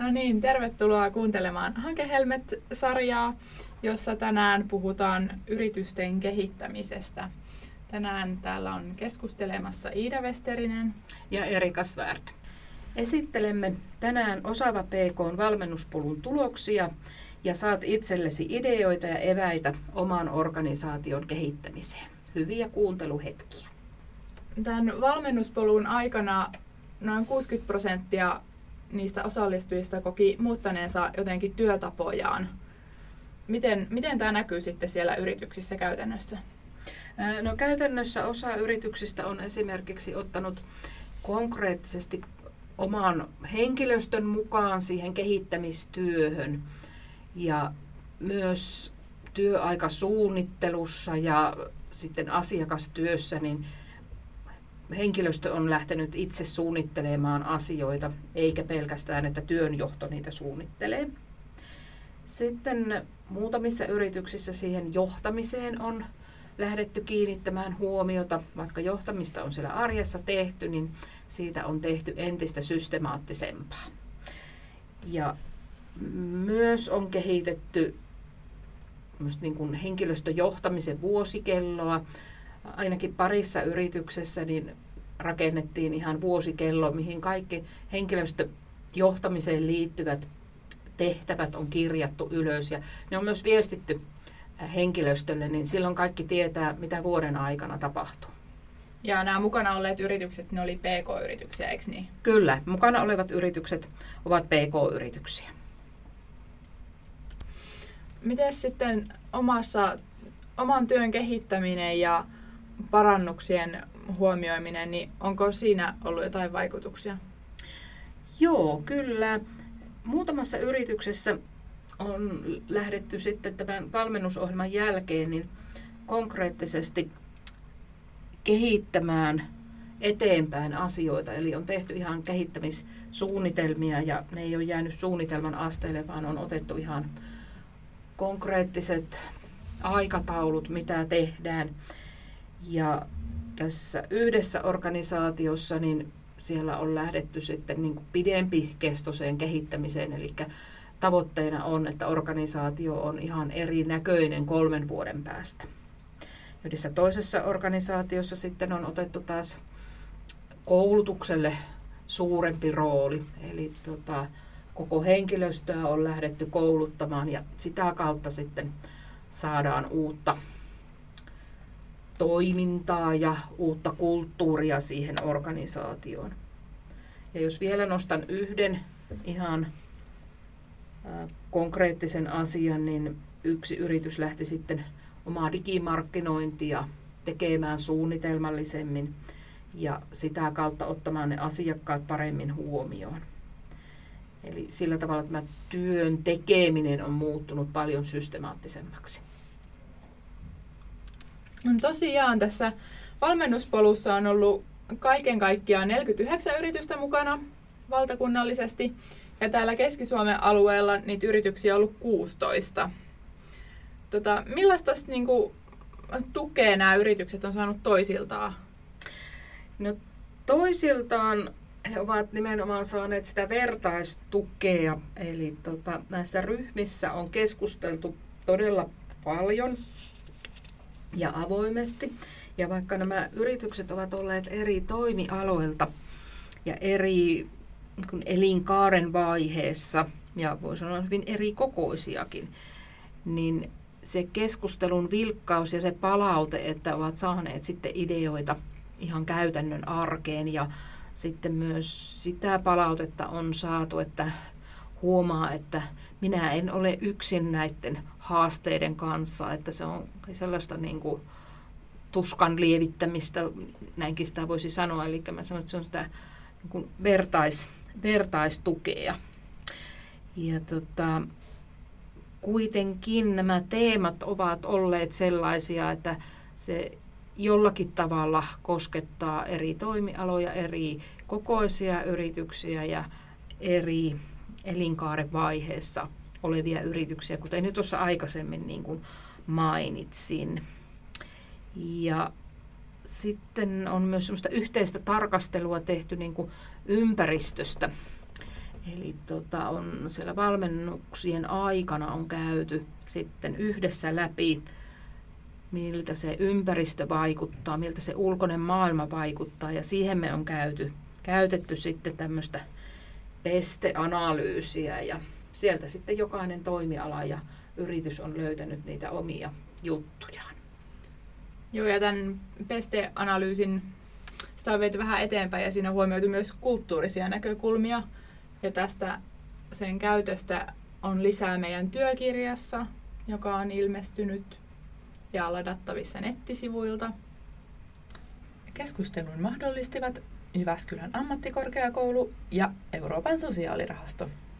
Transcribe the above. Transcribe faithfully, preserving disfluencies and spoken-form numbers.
No niin, tervetuloa kuuntelemaan Hanke-Helmet-sarjaa, jossa tänään puhutaan yritysten kehittämisestä. Tänään täällä on keskustelemassa Iida Westerinen ja Erika Svärd. Esittelemme tänään Osaava P K:n valmennuspolun tuloksia ja saat itsellesi ideoita ja eväitä oman organisaation kehittämiseen. Hyviä kuunteluhetkiä. Tämän valmennuspolun aikana noin kuusikymmentä prosenttia niistä osallistujista koki muuttaneensa jotenkin työtapojaan. Miten, miten tämä näkyy sitten siellä yrityksissä käytännössä? No käytännössä osa yrityksistä on esimerkiksi ottanut konkreettisesti oman henkilöstön mukaan siihen kehittämistyöhön ja myös työaikasuunnittelussa ja sitten asiakastyössä niin henkilöstö on lähtenyt itse suunnittelemaan asioita, eikä pelkästään, että työnjohto niitä suunnittelee. Sitten muutamissa yrityksissä siihen johtamiseen on lähdetty kiinnittämään huomiota. Vaikka johtamista on siellä arjessa tehty, niin siitä on tehty entistä systemaattisempaa. Ja myös on kehitetty niin kuin henkilöstöjohtamisen vuosikelloa. Ainakin parissa yrityksessä niin rakennettiin ihan vuosikello, mihin kaikki henkilöstöjohtamiseen liittyvät tehtävät on kirjattu ylös. Ja ne on myös viestitty henkilöstölle, niin silloin kaikki tietää, mitä vuoden aikana tapahtuu. Ja nämä mukana olleet yritykset, ne oli P K-yrityksiä, eikö niin? Kyllä, mukana olevat yritykset ovat P K-yrityksiä. Miten sitten omassa, oman työn kehittäminen ja parannuksien huomioiminen, niin onko siinä ollut jotain vaikutuksia? Joo, kyllä. Muutamassa yrityksessä on lähdetty sitten tämän valmennusohjelman jälkeen niin konkreettisesti kehittämään eteenpäin asioita. Eli on tehty ihan kehittämissuunnitelmia ja ne ei ole jäänyt suunnitelman asteelle, vaan on otettu ihan konkreettiset aikataulut, mitä tehdään. Ja tässä yhdessä organisaatiossa niin siellä on lähdetty sitten niin kuin pidempikestoiseen kehittämiseen, eli tavoitteena on, että organisaatio on ihan erinäköinen kolmen vuoden päästä. Yhdessä toisessa organisaatiossa sitten on otettu taas koulutukselle suurempi rooli, eli tota, koko henkilöstöä on lähdetty kouluttamaan ja sitä kautta sitten saadaan uutta toimintaa ja uutta kulttuuria siihen organisaatioon. Ja jos vielä nostan yhden ihan äh, konkreettisen asian, niin yksi yritys lähti sitten omaa digimarkkinointia tekemään suunnitelmallisemmin ja sitä kautta ottamaan ne asiakkaat paremmin huomioon. Eli sillä tavalla, että tämä työn tekeminen on muuttunut paljon systemaattisemmaksi. No tosiaan tässä valmennuspolussa on ollut kaiken kaikkiaan neljäkymmentäyhdeksän yritystä mukana valtakunnallisesti ja täällä Keski-Suomen alueella niitä yrityksiä on ollut kuusitoista. Tota, millaista niin kuin, tukea nämä yritykset on saanut toisiltaan? No, toisiltaan he ovat nimenomaan saaneet sitä vertaistukea, eli tota, näissä ryhmissä on keskusteltu todella paljon ja avoimesti. Ja vaikka nämä yritykset ovat olleet eri toimialoilta ja eri niin elinkaaren vaiheessa, ja voi sanoa hyvin eri kokoisiakin, niin se keskustelun vilkkaus ja se palaute, että ovat saaneet sitten ideoita ihan käytännön arkeen ja sitten myös sitä palautetta on saatu, että huomaa, että minä en ole yksin näiden haasteiden kanssa, että se on sellaista niin kuin tuskan lievittämistä, näinkin sitä voisi sanoa, eli mä sanon, että se on sitä niin kuin vertais, vertaistukea. Ja tota, kuitenkin nämä teemat ovat olleet sellaisia, että se jollakin tavalla koskettaa eri toimialoja, eri kokoisia yrityksiä ja eri elinkaaren vaiheessa olevia yrityksiä, kuten nyt tuossa aikaisemmin niin kuin mainitsin. Ja sitten on myös semmoista yhteistä tarkastelua tehty niin kuin ympäristöstä. Eli tota, on siellä valmennuksien aikana on käyty sitten yhdessä läpi, miltä se ympäristö vaikuttaa, miltä se ulkoinen maailma vaikuttaa. Ja siihen me on käyty, käytetty sitten tämmöistä pesteanalyysiä ja sieltä sitten jokainen toimiala ja yritys on löytänyt niitä omia juttujaan. Joo, ja tämän pesteanalyysin sitä on viety vähän eteenpäin ja siinä on huomioitu myös kulttuurisia näkökulmia. Ja tästä sen käytöstä on lisää meidän työkirjassa, joka on ilmestynyt ja ladattavissa nettisivuilta. Keskustelun mahdollistivat Jyväskylän ammattikorkeakoulu ja Euroopan sosiaalirahasto.